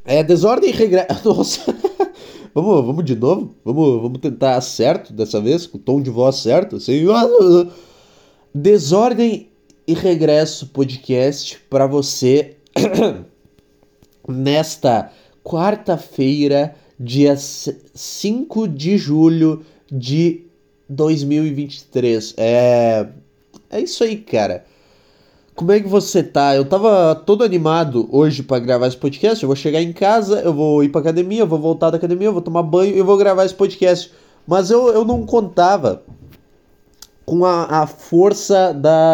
Desordem e regresso. Nossa. Vamos de novo? Vamos tentar certo dessa vez, com o tom de voz certo, assim. Desordem e Regresso podcast para você nesta quarta-feira, dia 5 de julho de 2023. É isso aí, cara. Como é que você tá? Eu tava todo animado hoje pra gravar esse podcast. Eu vou chegar em casa, eu vou ir pra academia, eu vou voltar da academia, eu vou tomar banho e eu vou gravar esse podcast. Mas eu não contava com a força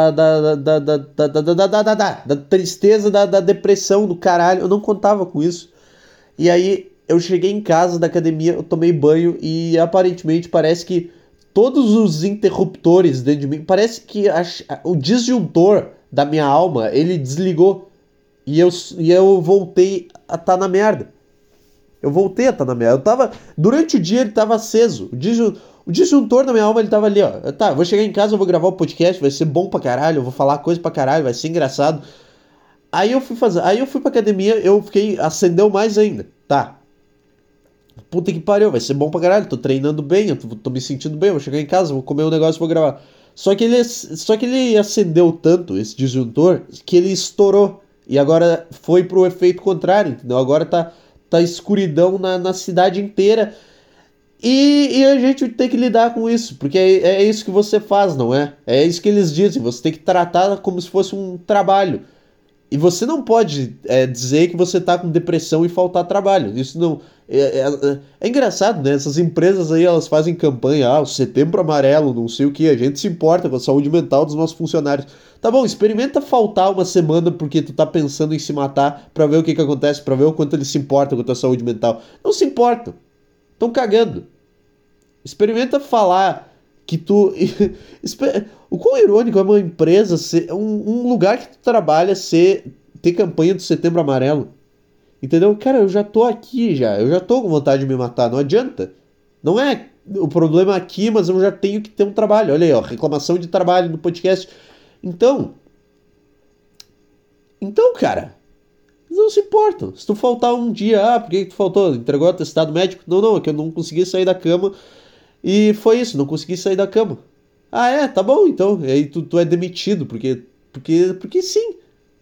da tristeza, da depressão, do caralho. Eu não contava com isso. E aí eu cheguei em casa da academia, eu tomei banho e aparentemente parece que todos os interruptores dentro de mim, parece que o disjuntor da minha alma, ele desligou e eu voltei a estar na merda. Eu voltei a estar na merda. Durante o dia ele tava aceso. O disjuntor da minha alma ele tava ali, ó. Tá, vou chegar em casa, eu vou gravar o podcast, vai ser bom pra caralho, eu vou falar coisa pra caralho, vai ser engraçado. Aí eu fui pra academia, eu fiquei, acendeu mais ainda. Tá, puta que pariu, vai ser bom pra caralho, tô treinando bem, eu tô me sentindo bem, vou chegar em casa, vou comer um negócio e vou gravar. Só que ele acendeu tanto, esse disjuntor, que ele estourou. E agora foi pro efeito contrário, entendeu? Agora tá escuridão na cidade inteira. E a gente tem que lidar com isso, porque é isso que você faz, não é? É isso que eles dizem, você tem que tratar como se fosse um trabalho. E você não pode dizer que você tá com depressão e faltar trabalho. Isso não. É engraçado, né? Essas empresas aí, elas fazem campanha, o setembro amarelo, não sei o que, a gente se importa com a saúde mental dos nossos funcionários. Tá bom, experimenta faltar uma semana porque tu tá pensando em se matar pra ver o que acontece, pra ver o quanto eles se importam com a tua saúde mental. Não se importam. Estão cagando. Experimenta falar que tu. O quão irônico é uma empresa ser. Um lugar que tu trabalha ter campanha do Setembro Amarelo. Entendeu? Cara, eu já tô aqui já. Eu já tô com vontade de me matar. Não adianta. Não é o problema aqui, mas eu já tenho que ter um trabalho. Olha aí, ó. Reclamação de trabalho no podcast. Então. Então, cara. Eles não se importam. Se tu faltar um dia, por que tu faltou? Entregou atestado médico? Não, não, é que eu não consegui sair da cama. E foi isso, não consegui sair da cama. Ah, tá bom, então. E aí tu é demitido, porque sim.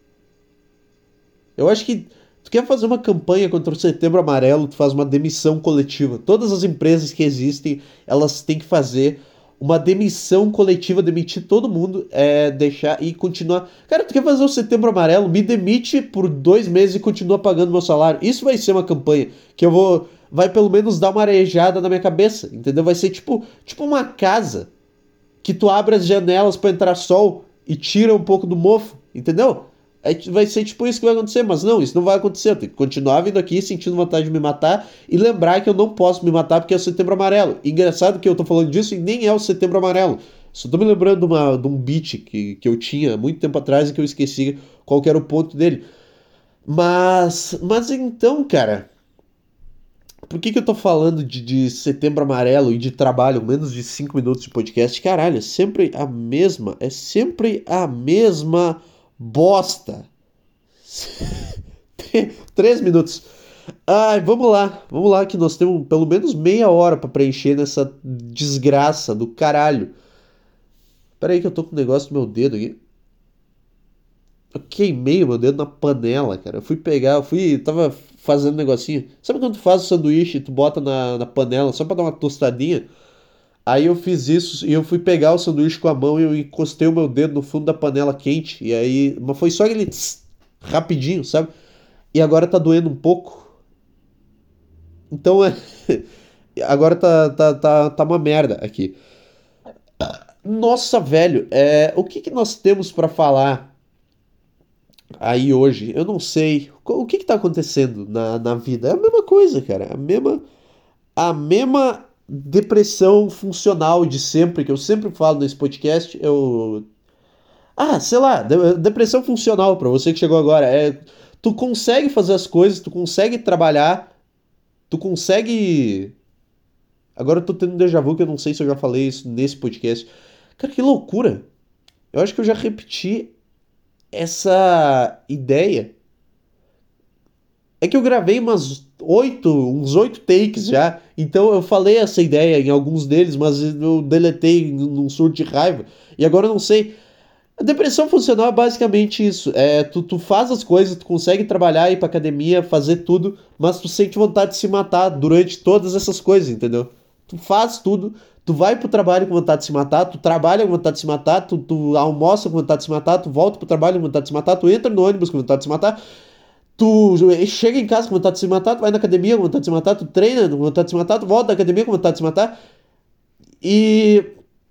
Eu acho que tu quer fazer uma campanha contra o Setembro Amarelo, tu faz uma demissão coletiva. Todas as empresas que existem, elas têm que fazer uma demissão coletiva, demitir todo mundo, deixar e continuar. Cara, tu quer fazer o Setembro Amarelo? Me demite por 2 meses e continua pagando meu salário. Isso vai ser uma campanha que eu vou. Vai pelo menos dar uma arejada na minha cabeça, entendeu? Vai ser tipo uma casa que tu abre as janelas para entrar sol e tira um pouco do mofo, entendeu? Vai ser tipo isso que vai acontecer, mas não, isso não vai acontecer. Eu tenho que continuar vindo aqui sentindo vontade de me matar e lembrar que eu não posso me matar porque é o Setembro Amarelo. Engraçado que eu tô falando disso e nem é o Setembro Amarelo. Só tô me lembrando de um beat que eu tinha muito tempo atrás e que eu esqueci qual que era o ponto dele. Mas então, cara, por que eu tô falando de Setembro Amarelo e de trabalho, menos de 5 minutos de podcast? Caralho, é sempre a mesma bosta. 3 minutos. Ai, vamos lá, que nós temos pelo menos meia hora pra preencher nessa desgraça do caralho. Pera aí que eu tô com um negócio no meu dedo aqui. Eu queimei o meu dedo na panela, cara. Tava fazendo um negocinho. Sabe quando tu faz o sanduíche e tu bota na panela só pra dar uma tostadinha? Aí eu fiz isso e eu fui pegar o sanduíche com a mão e eu encostei o meu dedo no fundo da panela quente. E aí. Mas foi só aquele tss, rapidinho, sabe? E agora tá doendo um pouco. Então é. Agora tá uma merda aqui. Nossa, velho, o que que nós temos pra falar aí hoje? Eu não sei. O que que tá acontecendo na vida? É a mesma coisa, cara. A mesma depressão funcional de sempre, que eu sempre falo nesse podcast. Sei lá, depressão funcional, pra você que chegou agora. Tu consegue fazer as coisas, tu consegue trabalhar, tu consegue. Agora eu tô tendo um déjà vu que eu não sei se eu já falei isso nesse podcast. Cara, que loucura! Eu acho que eu já repeti essa ideia. É que eu gravei uns 8 takes já. Então eu falei essa ideia em alguns deles, mas eu deletei num surto de raiva. E agora eu não sei. A depressão funcional é basicamente isso. Tu faz as coisas, tu consegue trabalhar, ir pra academia, fazer tudo, mas tu sente vontade de se matar durante todas essas coisas, entendeu? Tu faz tudo, tu vai pro trabalho com vontade de se matar, tu trabalha com vontade de se matar, tu almoça com vontade de se matar, tu volta pro trabalho com vontade de se matar, tu entra no ônibus com vontade de se matar, tu chega em casa com vontade de se matar, tu vai na academia com vontade de se matar, tu treina com vontade de se matar, tu volta da academia com vontade de se matar, e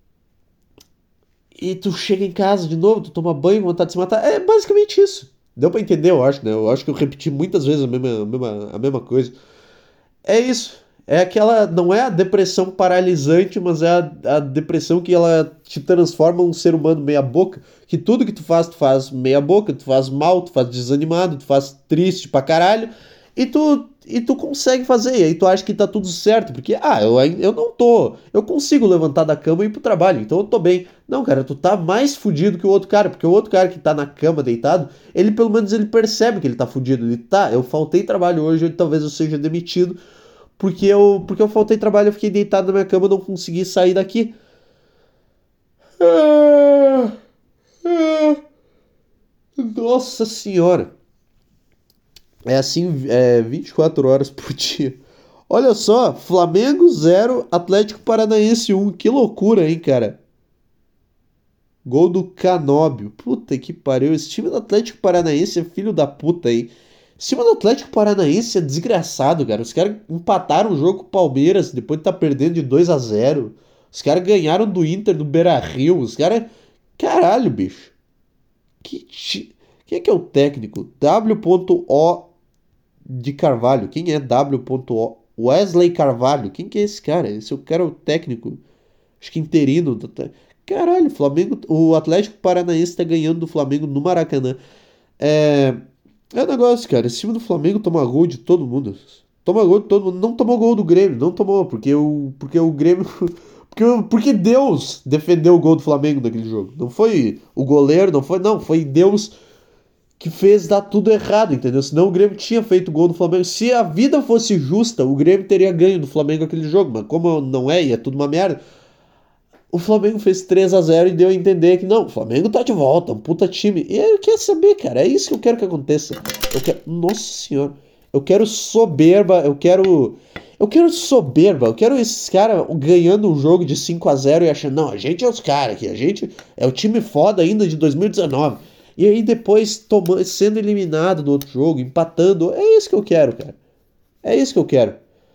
e tu chega em casa de novo, tu toma banho, vontade de se matar. É basicamente isso. Deu pra entender, eu acho, né? Eu acho que eu repeti muitas vezes a mesma coisa. É isso. É aquela. Não é a depressão paralisante, mas é a depressão que ela te transforma um ser humano meia-boca. Que tudo que tu faz meia-boca, tu faz mal, tu faz desanimado, tu faz triste pra caralho. E tu consegue fazer. E aí tu acha que tá tudo certo. Porque, eu não tô. Eu consigo levantar da cama e ir pro trabalho, então eu tô bem. Não, cara, tu tá mais fudido que o outro cara. Porque o outro cara que tá na cama deitado, ele pelo menos ele percebe que ele tá fudido. Ele tá, eu faltei trabalho hoje, talvez eu seja demitido. Porque eu faltei trabalho, eu fiquei deitado na minha cama e não consegui sair daqui. Ah, ah, Nossa senhora. É assim, 24 horas por dia. Olha só, Flamengo 0, Atlético Paranaense 1. Que loucura, hein, cara? Gol do Canóbio. Puta que pariu. Esse time do Atlético Paranaense é filho da puta, hein? Esse time do Atlético Paranaense é desgraçado, cara. Os caras empataram o jogo com o Palmeiras depois de estar perdendo de 2-0. Os caras ganharam do Inter do Beira-Rio. Os caras... Caralho, bicho. Quem é que é o técnico? W.O. de Carvalho. Quem é W.O? Wesley Carvalho. Quem que é esse cara? Esse cara é o técnico. Acho que interino. Caralho, Flamengo, o Atlético Paranaense tá ganhando do Flamengo no Maracanã. É, é um negócio, cara. Esse time do Flamengo toma gol de todo mundo. Toma gol de todo mundo. Não tomou gol do Grêmio. Não tomou, porque o Grêmio. Porque Deus defendeu o gol do Flamengo naquele jogo. Não foi o goleiro, não, foi Deus que fez dar tudo errado, entendeu? Senão o Grêmio tinha feito gol do Flamengo. Se a vida fosse justa, o Grêmio teria ganho do Flamengo aquele jogo, mas como não é e é tudo uma merda, o Flamengo fez 3-0 e deu a entender que não, o Flamengo tá de volta, um puta time. E eu quero saber, cara, é isso que eu quero que aconteça. Nossa senhora, eu quero soberba, eu quero esses caras ganhando um jogo de 5-0 e achando, não, a gente é os caras aqui, a gente é o time foda ainda de 2019. E aí depois sendo eliminado no outro jogo, empatando. É isso que eu quero, cara. É isso que eu quero.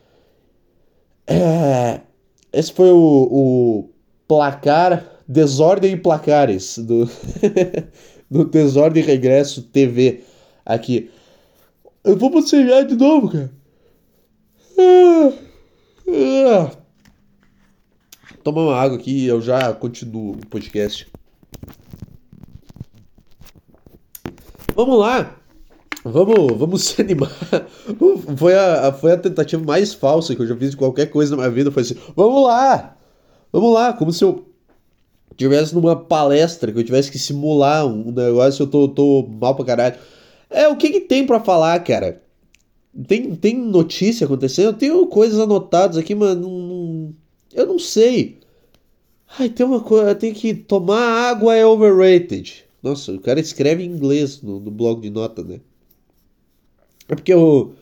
Esse foi o placar, Desordem e Placares do, do Desordem e Regresso TV aqui. Eu vou bocejar de novo, cara. Tomar uma água aqui e eu já continuo o podcast. Vamos lá. Vamos se animar. Foi a tentativa mais falsa que eu já fiz de qualquer coisa na minha vida. Foi assim, vamos lá. Vamos lá. Como se eu estivesse numa palestra, que eu tivesse que simular um negócio, eu tô mal pra caralho. O que tem pra falar, cara? Tem notícia acontecendo? Eu tenho coisas anotadas aqui, mas eu não sei. Ai, tem uma coisa, tem que tomar água é overrated. Nossa, o cara escreve em inglês no blog de nota, né? É porque eu.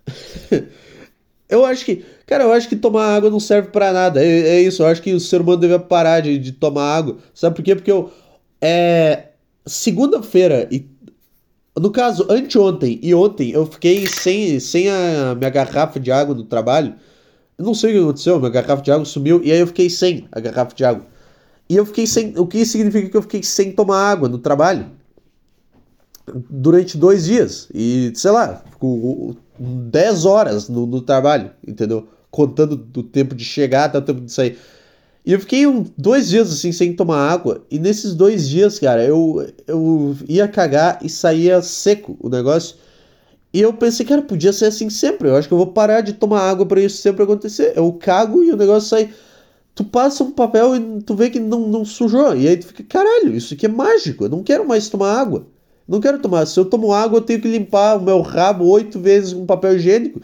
eu acho que tomar água não serve pra nada. É isso, eu acho que o ser humano deve parar de tomar água. Sabe por quê? Porque segunda-feira, e no caso, anteontem e ontem, eu fiquei sem a minha garrafa de água no trabalho. Eu não sei o que aconteceu, minha garrafa de água sumiu e aí eu fiquei sem a garrafa de água. E eu fiquei sem. O que significa que eu fiquei sem tomar água no trabalho durante 2 dias. E, sei lá, ficou 10 horas no trabalho, entendeu? Contando do tempo de chegar até o tempo de sair. E eu fiquei 2 dias assim sem tomar água. E nesses 2 dias, cara, eu ia cagar e saía seco o negócio. E eu pensei, cara, podia ser assim sempre. Eu acho que eu vou parar de tomar água pra isso sempre acontecer. Eu cago e o negócio sai. Tu passa um papel e tu vê que não sujou. E aí tu fica, caralho, isso aqui é mágico. Eu não quero mais tomar água. Não quero tomar. Se eu tomo água, eu tenho que limpar o meu rabo 8 vezes com papel higiênico.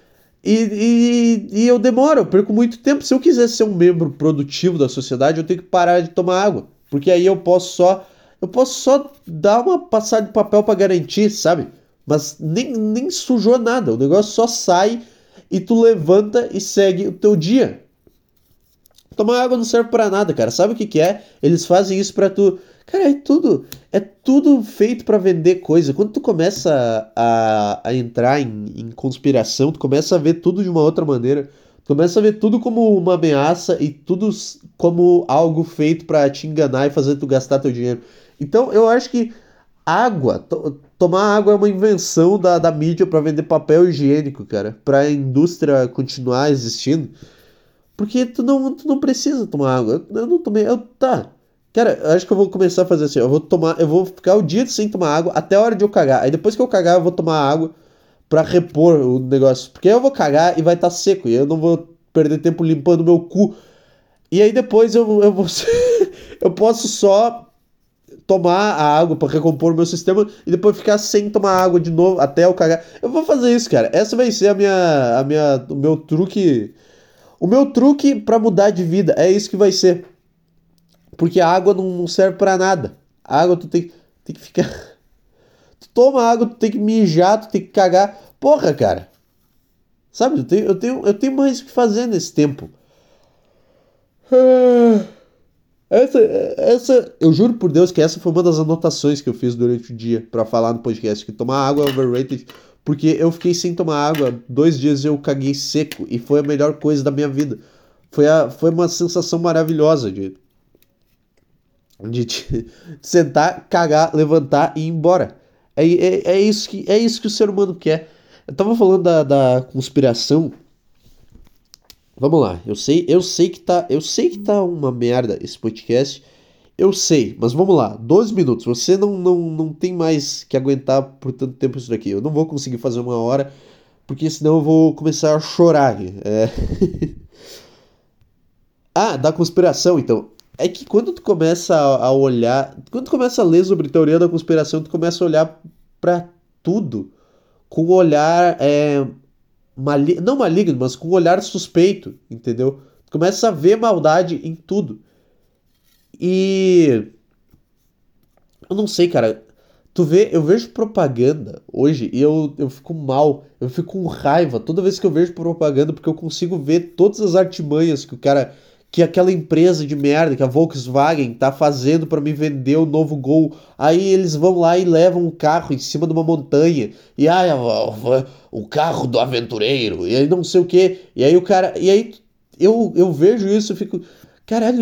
E eu demoro, eu perco muito tempo. Se eu quiser ser um membro produtivo da sociedade, eu tenho que parar de tomar água. Porque aí eu posso só dar uma passada de papel para garantir, sabe? Mas nem sujou nada. O negócio só sai e tu levanta e segue o teu dia. Tomar água não serve pra nada, cara. Sabe o que que é? Eles fazem isso pra tu. Cara, é tudo feito pra vender coisa. Quando tu começa a entrar em conspiração, tu começa a ver tudo de uma outra maneira. Tu começa a ver tudo como uma ameaça e tudo como algo feito pra te enganar e fazer tu gastar teu dinheiro. Então, eu acho que tomar água é uma invenção da mídia pra vender papel higiênico, cara. Pra indústria continuar existindo. Porque tu não precisa tomar água. Eu não tomei. Tá. Cara, eu acho que eu vou começar a fazer assim. Eu vou ficar o dia sem tomar água até a hora de eu cagar. Aí depois que eu cagar, eu vou tomar água pra repor o negócio. Porque aí eu vou cagar e vai estar seco. E eu não vou perder tempo limpando meu cu. E aí depois eu vou. Eu posso só tomar a água pra recompor o meu sistema e depois ficar sem tomar água de novo até eu cagar. Eu vou fazer isso, cara. Essa vai ser o meu truque. O meu truque pra mudar de vida é isso que vai ser. Porque a água não serve pra nada. A água tu tem que ficar. Tu toma água, tu tem que mijar, tu tem que cagar. Porra, cara. Sabe, eu tenho mais o que fazer nesse tempo. Ah, eu juro por Deus que essa foi uma das anotações que eu fiz durante o dia pra falar no podcast. Que tomar água é overrated. Porque eu fiquei sem tomar água 2 dias e eu caguei seco. E foi a melhor coisa da minha vida. Foi uma sensação maravilhosa de sentar, cagar, levantar e ir embora. É isso que o ser humano quer. Eu tava falando da conspiração. Vamos lá. Eu sei que tá uma merda esse podcast. Eu sei, mas vamos lá. 12 minutos. Você não tem mais que aguentar por tanto tempo isso daqui. Eu não vou conseguir fazer 1 hora, porque senão eu vou começar a chorar aqui. Ah, da conspiração, então. É que quando tu começa a olhar, quando tu começa a ler sobre teoria da conspiração, tu começa a olhar pra tudo com um olhar não maligno, mas com um olhar suspeito, entendeu? Tu começa a ver maldade em tudo. E eu não sei, cara. Eu vejo propaganda hoje e eu fico mal, eu fico com raiva toda vez que eu vejo propaganda, porque eu consigo ver todas as artimanhas que aquela empresa de merda, que a Volkswagen tá fazendo pra me vender o novo Gol. Aí eles vão lá e levam um carro em cima de uma montanha, e o carro do aventureiro, e aí não sei o que, e aí o cara, e aí eu vejo isso e fico, caralho,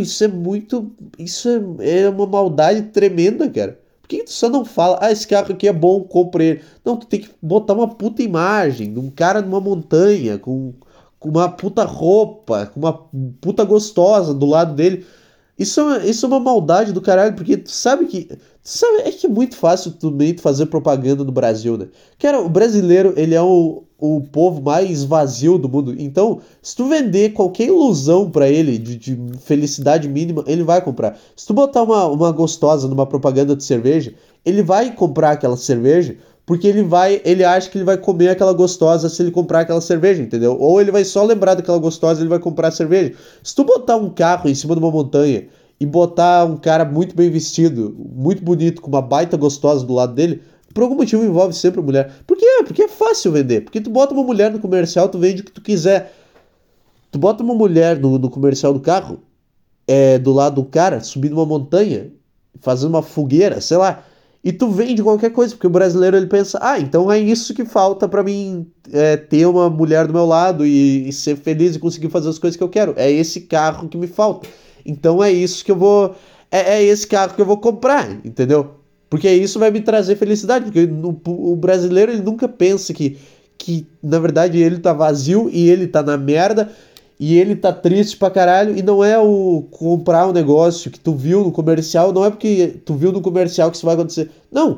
isso é uma maldade tremenda, cara. Por que tu só não fala, esse carro aqui é bom, compre ele? Não, tu tem que botar uma puta imagem de um cara numa montanha, com uma puta roupa, com uma puta gostosa do lado dele. Isso é uma maldade do caralho, porque tu sabe que. É que é muito fácil também tu fazer propaganda no Brasil, né? Cara, o brasileiro, ele é o povo mais vazio do mundo. Então, se tu vender qualquer ilusão pra ele de felicidade mínima, ele vai comprar. Se tu botar uma gostosa numa propaganda de cerveja, ele vai comprar aquela cerveja. Porque ele acha que ele vai comer aquela gostosa se ele comprar aquela cerveja, entendeu? Ou ele vai só lembrar daquela gostosa e ele vai comprar a cerveja. Se tu botar um carro em cima de uma montanha e botar um cara muito bem vestido, muito bonito, com uma baita gostosa do lado dele, por algum motivo envolve sempre a mulher. Por quê? Porque é fácil vender. Porque tu bota uma mulher no comercial, tu vende o que tu quiser. Tu bota uma mulher no comercial do carro, do lado do cara, subindo uma montanha, fazendo uma fogueira, sei lá. E tu vende qualquer coisa, porque o brasileiro ele pensa, então é isso que falta pra mim ter uma mulher do meu lado e ser feliz e conseguir fazer as coisas que eu quero. É esse carro que me falta. Então é isso que eu vou. É esse carro que eu vou comprar, entendeu? Porque isso vai me trazer felicidade. Porque o brasileiro ele nunca pensa que na verdade ele tá vazio e ele tá na merda. E ele tá triste pra caralho, e não é o comprar um negócio que tu viu no comercial, não é porque tu viu no comercial que isso vai acontecer. Não.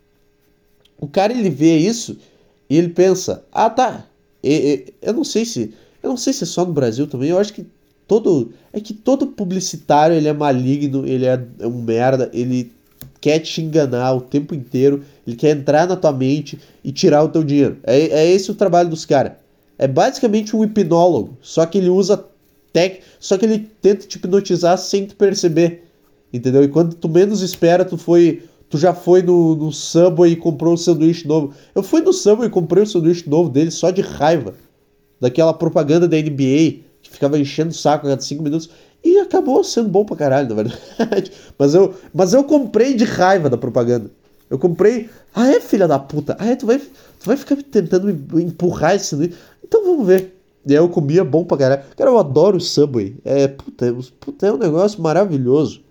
O cara ele vê isso e ele pensa, tá. Eu não sei se é só no Brasil também, eu acho que todo publicitário ele é maligno, ele é um merda, ele quer te enganar o tempo inteiro, ele quer entrar na tua mente e tirar o teu dinheiro. É esse o trabalho dos caras. É basicamente um hipnólogo, só que ele usa só que ele tenta te hipnotizar sem tu perceber, entendeu? E quando tu menos espera, tu já foi no Subway e comprou um sanduíche novo. Eu fui no Subway e comprei um sanduíche novo dele só de raiva daquela propaganda da NBA que ficava enchendo o saco a cada 5 minutos. E acabou sendo bom pra caralho, na verdade. Mas eu comprei de raiva da propaganda. Eu comprei. Ah, é, filha da puta? Ah, é, tu vai ficar tentando me empurrar esse sanduíche? Então vamos ver. E aí eu comia bom pra caralho. Cara, eu adoro o Subway. Puta, é um negócio maravilhoso.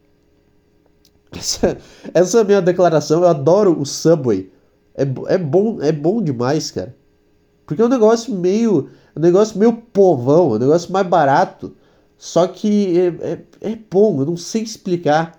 Essa é a minha declaração. Eu adoro o Subway. É bom demais, cara. Porque é um negócio meio povão, é um negócio mais barato. Só que é bom, eu não sei explicar.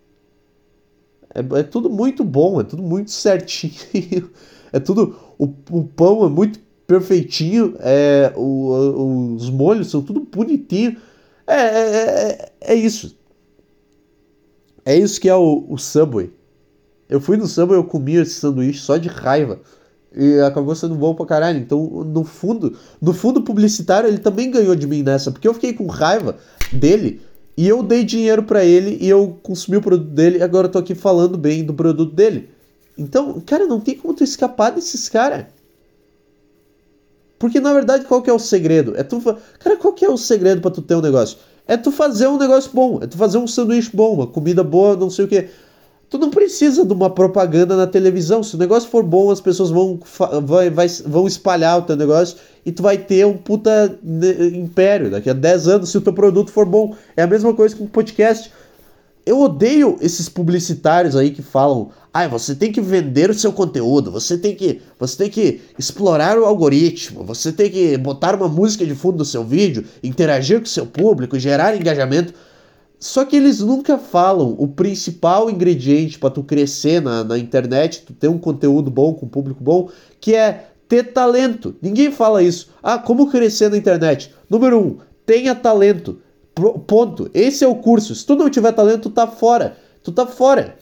É tudo muito bom, é tudo muito certinho. É tudo. O pão é muito perfeitinho. Os molhos são tudo bonitinho. É isso. É isso que é o Subway. Eu fui no Subway, eu comi esse sanduíche só de raiva. E acabou sendo bom pra caralho. Então, no fundo publicitário, ele também ganhou de mim nessa. Porque eu fiquei com raiva dele. E eu dei dinheiro pra ele. E eu consumi o produto dele. E agora eu tô aqui falando bem do produto dele. Então, cara, não tem como tu escapar desses caras. Porque, na verdade, qual que é o segredo? Cara, qual que é o segredo pra tu ter um negócio? É tu fazer um negócio bom. É tu fazer um sanduíche bom. Uma comida boa, não sei o quê. Tu não precisa de uma propaganda na televisão. Se o negócio for bom, as pessoas vão espalhar o teu negócio e tu vai ter um puta império daqui a 10 anos se o teu produto for bom. É a mesma coisa com o podcast. Eu odeio esses publicitários aí que falam: você tem que vender o seu conteúdo, você tem que explorar o algoritmo, você tem que botar uma música de fundo no seu vídeo, interagir com o seu público, gerar engajamento. Só que eles nunca falam o principal ingrediente para tu crescer na internet, tu ter um conteúdo bom, com um público bom, que é ter talento. Ninguém fala isso. Como crescer na internet? Número 1, tenha talento. Ponto. Esse é o curso. Se tu não tiver talento, tu tá fora. Tu tá fora.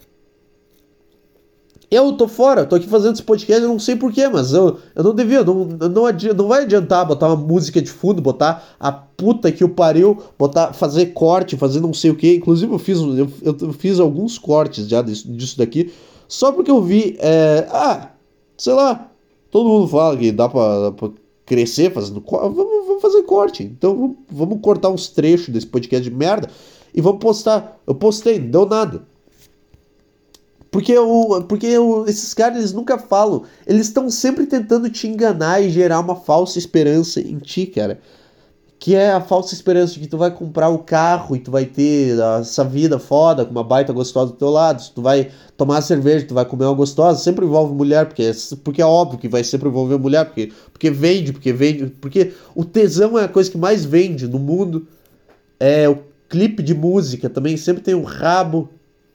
Eu tô fora, tô aqui fazendo esse podcast, eu não sei porquê, mas eu não devia, não vai adiantar botar uma música de fundo, botar a puta que o pariu, fazer corte, fazer não sei o que. Inclusive eu fiz alguns cortes já disso daqui, só porque eu vi, sei lá, todo mundo fala que dá pra crescer fazendo corte, vamos fazer corte, então vamos cortar uns trechos desse podcast de merda e vamos postar. Eu postei, não deu nada. Porque esses caras, eles nunca falam. Eles estão sempre tentando te enganar e gerar uma falsa esperança em ti, cara. Que é a falsa esperança de que tu vai comprar o carro e tu vai ter essa vida foda, com uma baita gostosa do teu lado. Se tu vai tomar cerveja, tu vai comer uma gostosa, sempre envolve mulher, porque é óbvio que vai sempre envolver mulher, porque vende, porque o tesão é a coisa que mais vende no mundo. O clipe de música também sempre tem um rabo.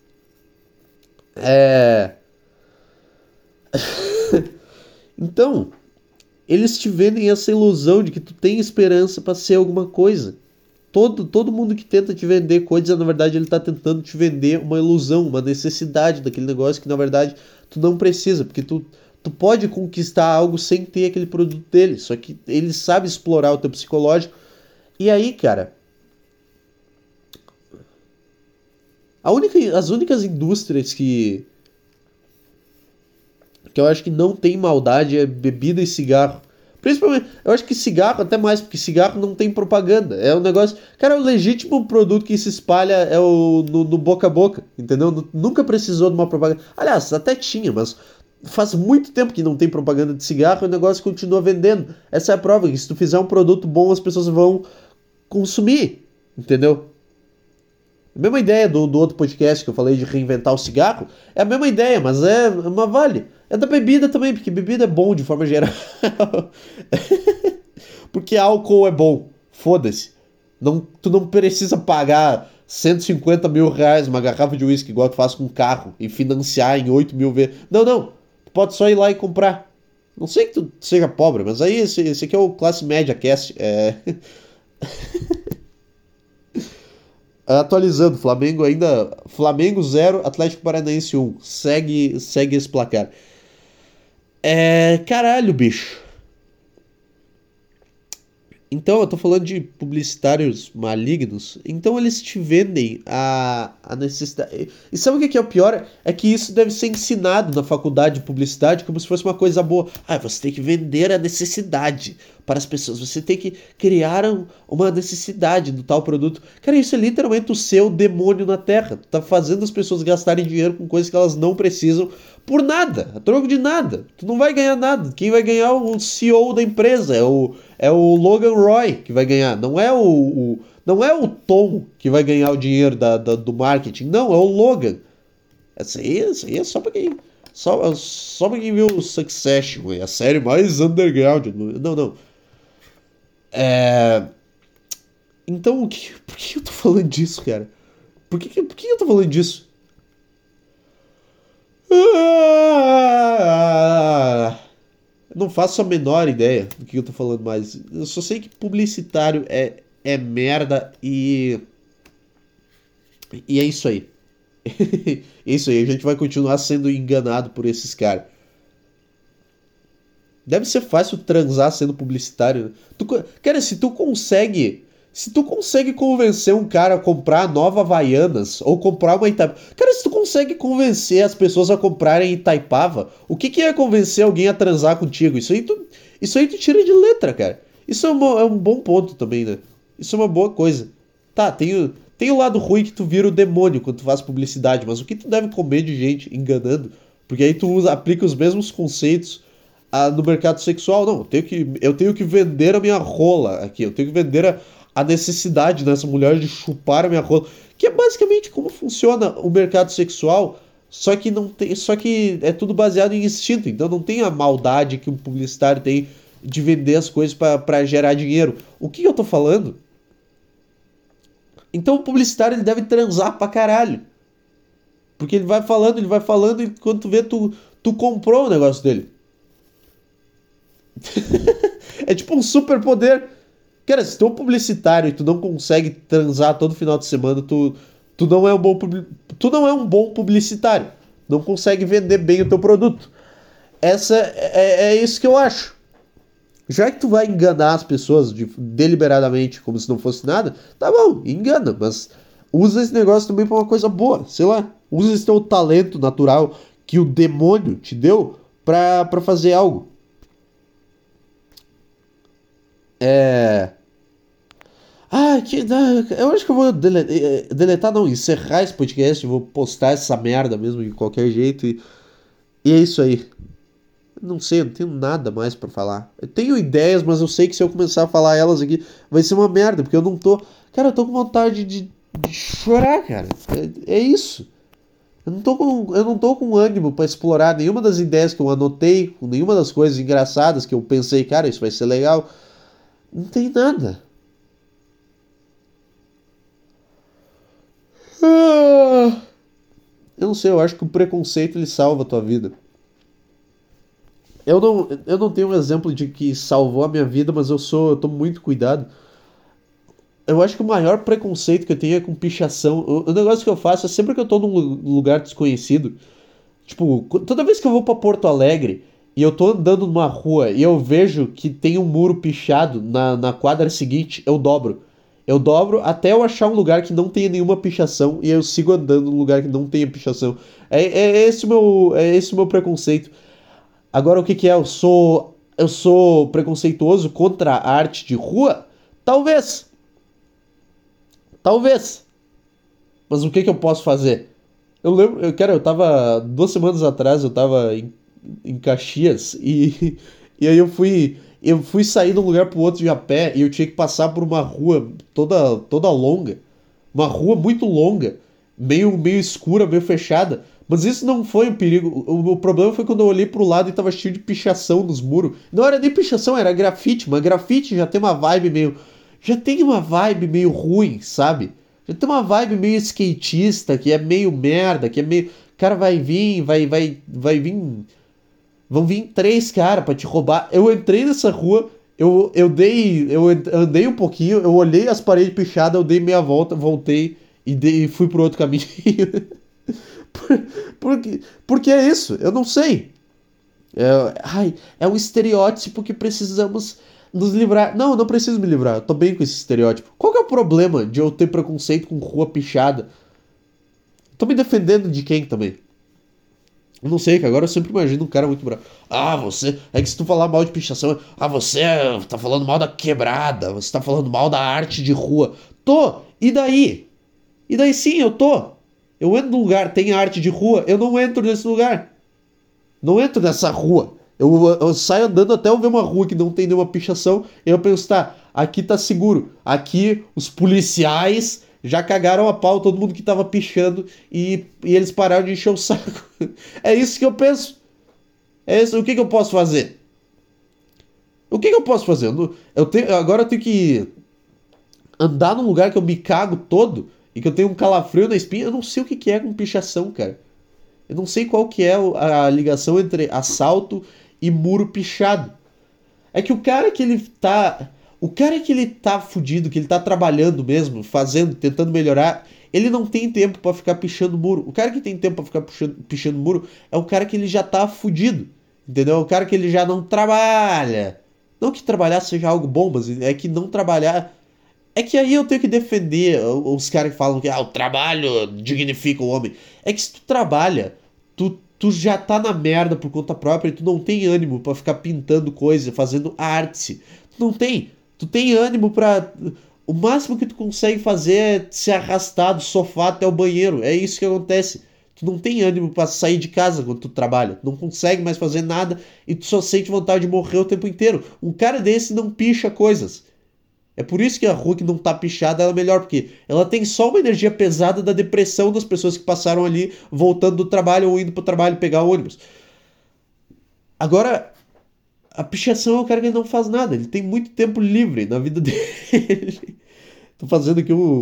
Então, eles te vendem essa ilusão de que tu tem esperança pra ser alguma coisa. Todo mundo que tenta te vender coisas, na verdade, ele tá tentando te vender uma ilusão, uma necessidade daquele negócio que, na verdade, tu não precisa, porque tu pode conquistar algo sem ter aquele produto dele, só que ele sabe explorar o teu psicológico. E aí, cara, as únicas indústrias que eu acho que não tem maldade é bebida e cigarro. Principalmente, eu acho que cigarro até mais, porque cigarro não tem propaganda. É um negócio... Cara, o legítimo produto que se espalha é no boca a boca, entendeu? Nunca precisou de uma propaganda. Aliás, até tinha, mas faz muito tempo que não tem propaganda de cigarro e o negócio continua vendendo. Essa é a prova, que se tu fizer um produto bom, as pessoas vão consumir, entendeu? A mesma ideia do outro podcast que eu falei de reinventar o cigarro, é a mesma ideia, mas é uma vale. É da bebida também, porque bebida é bom de forma geral. Porque álcool é bom. Foda-se. Tu não precisa pagar 150 mil reais uma garrafa de uísque igual tu faz com um carro e financiar em 8 mil vezes. Não. Tu pode só ir lá e comprar. Não sei que tu seja pobre, mas aí esse aqui é o Classe Média Cast. Atualizando, Flamengo ainda. Flamengo 0, Atlético Paranaense 1. Segue esse placar. Caralho, bicho. Então, eu tô falando de publicitários malignos. Então, eles te vendem a necessidade. E sabe o que é o pior? É que isso deve ser ensinado na faculdade de publicidade como se fosse uma coisa boa. Você tem que vender a necessidade para as pessoas. Você tem que criar uma necessidade do tal produto. Cara, isso é literalmente o seu demônio na Terra. Tu tá fazendo as pessoas gastarem dinheiro com coisas que elas não precisam por nada, a troco de nada. Tu não vai ganhar nada. Quem vai ganhar é o CEO da empresa, é o Logan Roy que vai ganhar. Não é o Tom que vai ganhar o dinheiro do marketing. Não, é o Logan. Isso aí é só pra quem. Só pra quem viu o Succession, a série mais underground. Não. Então, por que eu tô falando disso, cara? Por que eu tô falando disso? Não faço a menor ideia do que eu tô falando mais. Eu só sei que publicitário é merda e é isso aí. É isso aí, a gente vai continuar sendo enganado por esses caras. Deve ser fácil transar sendo publicitário, né? Cara, se tu consegue convencer um cara a comprar a nova Havaianas ou comprar uma Itaipava. Cara, se tu consegue convencer as pessoas a comprarem Itaipava, o que é convencer alguém a transar contigo? Isso aí tu tira de letra, cara. Isso é um bom ponto também, né? Isso é uma boa coisa. Tá, tem o lado ruim que tu vira o demônio quando tu faz publicidade, mas o que tu deve comer de gente enganando? Porque aí tu aplica os mesmos conceitos no mercado sexual. Não, eu tenho que vender a minha rola aqui. Eu tenho que vender a necessidade dessa mulher de chupar a minha rola. Que é basicamente como funciona o mercado sexual. Só que é tudo baseado em instinto. Então não tem a maldade que um publicitário tem de vender as coisas para gerar dinheiro. O que eu tô falando? Então o publicitário ele deve transar pra caralho. Porque ele vai falando e quando tu vê, tu comprou o negócio dele. É tipo um superpoder. Cara, se tu é um publicitário e tu não consegue transar todo final de semana, tu não é tu não é um bom publicitário. Não consegue vender bem o teu produto. É isso que eu acho. Já que tu vai enganar as pessoas deliberadamente, como se não fosse nada, tá bom, engana, mas usa esse negócio também pra uma coisa boa, sei lá. Usa esse teu talento natural que o demônio te deu pra fazer algo. Eu acho que eu vou deletar, não, encerrar esse podcast, vou postar essa merda mesmo de qualquer jeito e é isso aí. Não sei, eu não tenho nada mais pra falar. Eu tenho ideias, mas eu sei que se eu começar a falar elas aqui vai ser uma merda, porque eu não tô. Cara, eu tô com vontade de chorar, cara. É isso. Eu não tô com ânimo pra explorar nenhuma das ideias que eu anotei, nenhuma das coisas engraçadas que eu pensei, cara, isso vai ser legal. Não tem nada. Eu não sei, eu acho que o preconceito ele salva a tua vida. Eu não tenho um exemplo de que salvou a minha vida, mas eu tomo muito cuidado. Eu acho que o maior preconceito que eu tenho é com pichação. O negócio que eu faço é sempre que eu tô num lugar desconhecido. Tipo, toda vez que eu vou pra Porto Alegre e eu tô andando numa rua e eu vejo que tem um muro pichado na quadra seguinte, eu dobro. Eu dobro até eu achar um lugar que não tenha nenhuma pichação e eu sigo andando num lugar que não tenha pichação. É esse o meu preconceito. Agora o que que é? Eu sou preconceituoso contra a arte de rua? Talvez. Talvez. Mas o que que eu posso fazer? Eu lembro, cara, eu tava 2 semanas atrás, eu tava em Caxias e aí eu fui sair de um lugar pro outro de a pé e eu tinha que passar por uma rua toda longa, uma rua muito longa, meio escura, meio fechada. Mas isso não foi um perigo. O problema foi quando eu olhei pro lado e tava cheio de pichação nos muros. Não era nem pichação, era grafite. Mas grafite já tem uma vibe meio. Já tem uma vibe meio ruim, sabe? Já tem uma vibe meio skatista, que é meio merda, que é meio. O cara vai vir, vai vir. Vão vir 3 caras pra te roubar. Eu entrei nessa rua, eu andei um pouquinho, eu olhei as paredes pichadas, eu dei meia volta, voltei e fui pro outro caminho. Porque é isso, eu não sei. É um estereótipo que precisamos nos livrar. Não, eu não preciso me livrar, eu tô bem com esse estereótipo. Qual que é o problema de eu ter preconceito com rua pichada? Tô me defendendo de quem também? Eu não sei, que agora eu sempre imagino um cara muito bravo. Ah, você. É que se tu falar mal de pichação. Ah, você tá falando mal da quebrada. Você tá falando mal da arte de rua. Tô! E daí? E daí sim, eu tô. Eu entro num lugar, tem arte de rua, eu não entro nesse lugar. Não entro nessa rua. Eu saio andando até eu ver uma rua que não tem nenhuma pichação. E eu penso, tá, aqui tá seguro. Aqui os policiais já cagaram a pau todo mundo que tava pichando e eles pararam de encher o saco. É isso que eu penso. É isso, o que eu posso fazer? O que eu posso fazer? Agora eu tenho que andar num lugar que eu me cago todo e que eu tenho um calafrio na espinha. Eu não sei o que é com pichação, cara. Eu não sei qual que é a ligação entre assalto e muro pichado. É que o cara que ele tá. O cara que ele tá fudido, que ele tá trabalhando mesmo, fazendo, tentando melhorar, ele não tem tempo pra ficar pichando muro. O cara que tem tempo pra ficar pichando muro é o cara que ele já tá fudido. Entendeu? É o cara que ele já não trabalha. Não que trabalhar seja algo bom, mas é que não trabalhar. É que aí eu tenho que defender os caras que falam que o trabalho dignifica o homem. É que se tu trabalha, tu já tá na merda por conta própria e tu não tem ânimo pra ficar pintando coisa, fazendo arte. Tu não tem. Tu tem ânimo pra. O máximo que tu consegue fazer é se arrastar do sofá até o banheiro. É isso que acontece. Tu não tem ânimo pra sair de casa quando tu trabalha. Tu não consegue mais fazer nada e tu só sente vontade de morrer o tempo inteiro. Um cara desse não picha coisas. É por isso que a rua que não tá pichada ela é melhor, porque ela tem só uma energia pesada da depressão das pessoas que passaram ali voltando do trabalho ou indo pro trabalho pegar o ônibus. Agora, a pichação é o cara que não faz nada, ele tem muito tempo livre na vida dele. Tô fazendo aqui um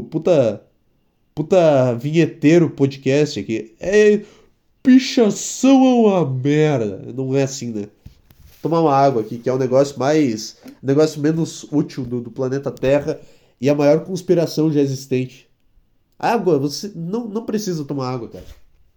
puta vinheteiro podcast aqui. Pichação é uma merda. Não é assim, né? Tomar uma água aqui, que é o negócio menos útil do planeta Terra e a maior conspiração já existente. Água, você não precisa tomar água, cara.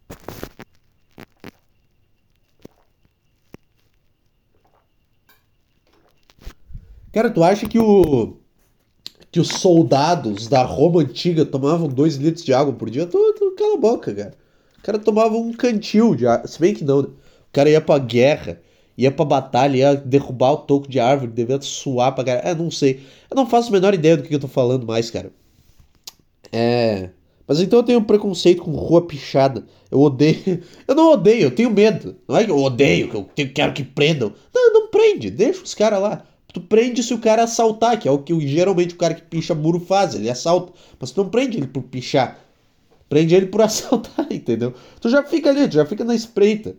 Cara, tu acha que os soldados da Roma antiga tomavam 2 litros de água por dia? Cala a boca, cara. O cara tomava um cantil de água. Se bem que não, né? O cara ia pra guerra, ia pra batalha, ia derrubar o toco de árvore, devia suar pra caralho. Não sei. Eu não faço a menor ideia do que eu tô falando mais, cara. É. Mas então eu tenho preconceito com rua pichada. Eu odeio. Eu não odeio, eu tenho medo. Não é que eu odeio, que quero que prendam. Não, não prende, deixa os caras lá. Tu prende se o cara assaltar, que é o que geralmente o cara que picha muro faz, ele assalta. Mas tu não prende ele por pichar. Prende ele por assaltar, entendeu? Tu já fica ali, tu já fica na espreita.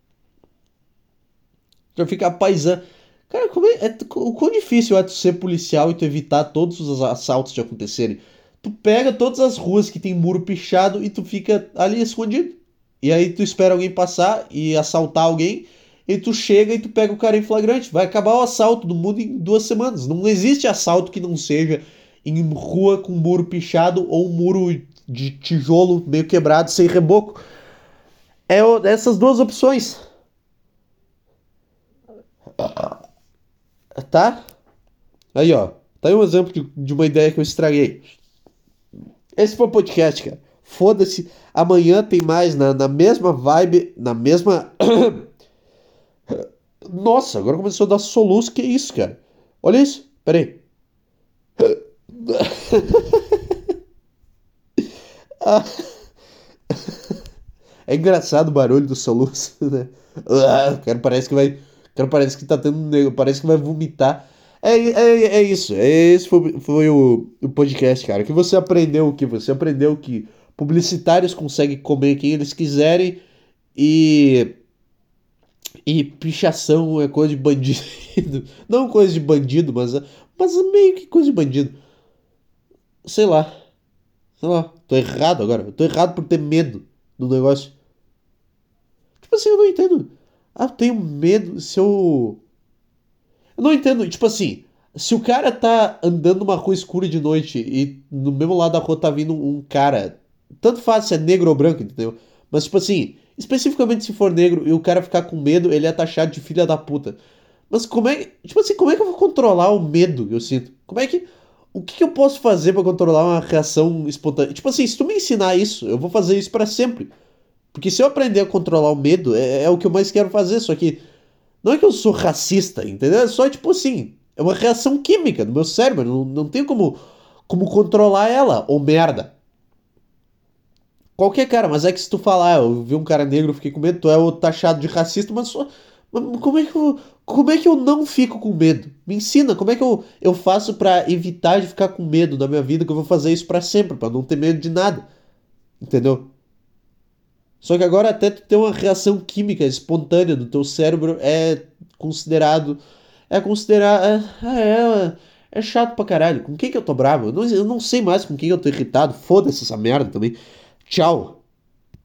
Tu já fica a paisã. Cara, o quão difícil é tu ser policial e tu evitar todos os assaltos de acontecerem? Tu pega todas as ruas que tem muro pichado e tu fica ali escondido. E aí tu espera alguém passar e assaltar alguém, e tu chega e tu pega o cara em flagrante. Vai acabar o assalto do mundo em 2 semanas. Não existe assalto que não seja em rua com muro pichado ou um muro de tijolo meio quebrado, sem reboco. Essas duas opções. Tá? Aí, ó. Tá aí um exemplo de uma ideia que eu estraguei. Esse foi o podcast, cara. Foda-se. Amanhã tem mais na mesma vibe, na mesma. Nossa, agora começou a dar soluço. Que isso, cara? Olha isso. Pera aí. Ah, é engraçado o barulho do soluço, né? O cara parece que vai. O cara parece que tá tendo. Parece que vai vomitar. É isso. Esse foi o podcast, cara. Que você aprendeu o que? Você aprendeu que publicitários conseguem comer quem eles quiserem e. E pichação é coisa de bandido. Não coisa de bandido, mas meio que coisa de bandido. Sei lá. Sei lá. Tô errado agora. Eu tô errado por ter medo do negócio. Tipo assim, eu não entendo. Ah, eu tenho medo se eu. Eu não entendo. Tipo assim, se o cara tá andando numa rua escura de noite e no mesmo lado da rua tá vindo um cara Tanto faz se é negro ou branco, entendeu? Mas, tipo assim, especificamente se for negro e o cara ficar com medo, ele é taxado de filha da puta. Mas como é que, tipo assim, como é que eu vou controlar o medo que eu sinto? Como é que, o que que eu posso fazer pra controlar uma reação espontânea? Tipo assim, se tu me ensinar isso, eu vou fazer isso pra sempre. Porque se eu aprender a controlar o medo, é o que eu mais quero fazer, só que não é que eu sou racista, entendeu? É só, tipo assim, é uma reação química do meu cérebro, não tem como controlar ela, ou merda. Qualquer cara, mas é que se tu falar, eu vi um cara negro, fiquei com medo, tu é o taxado de racista, mas como é que eu não fico com medo? Me ensina, como é que eu faço pra evitar de ficar com medo na minha vida, que eu vou fazer isso pra sempre, pra não ter medo de nada, entendeu? Só que agora até tu ter uma reação química espontânea no teu cérebro considerado, é chato pra caralho. Com quem que eu tô bravo? Eu não sei mais com quem eu tô irritado, foda-se essa merda também. Tchau.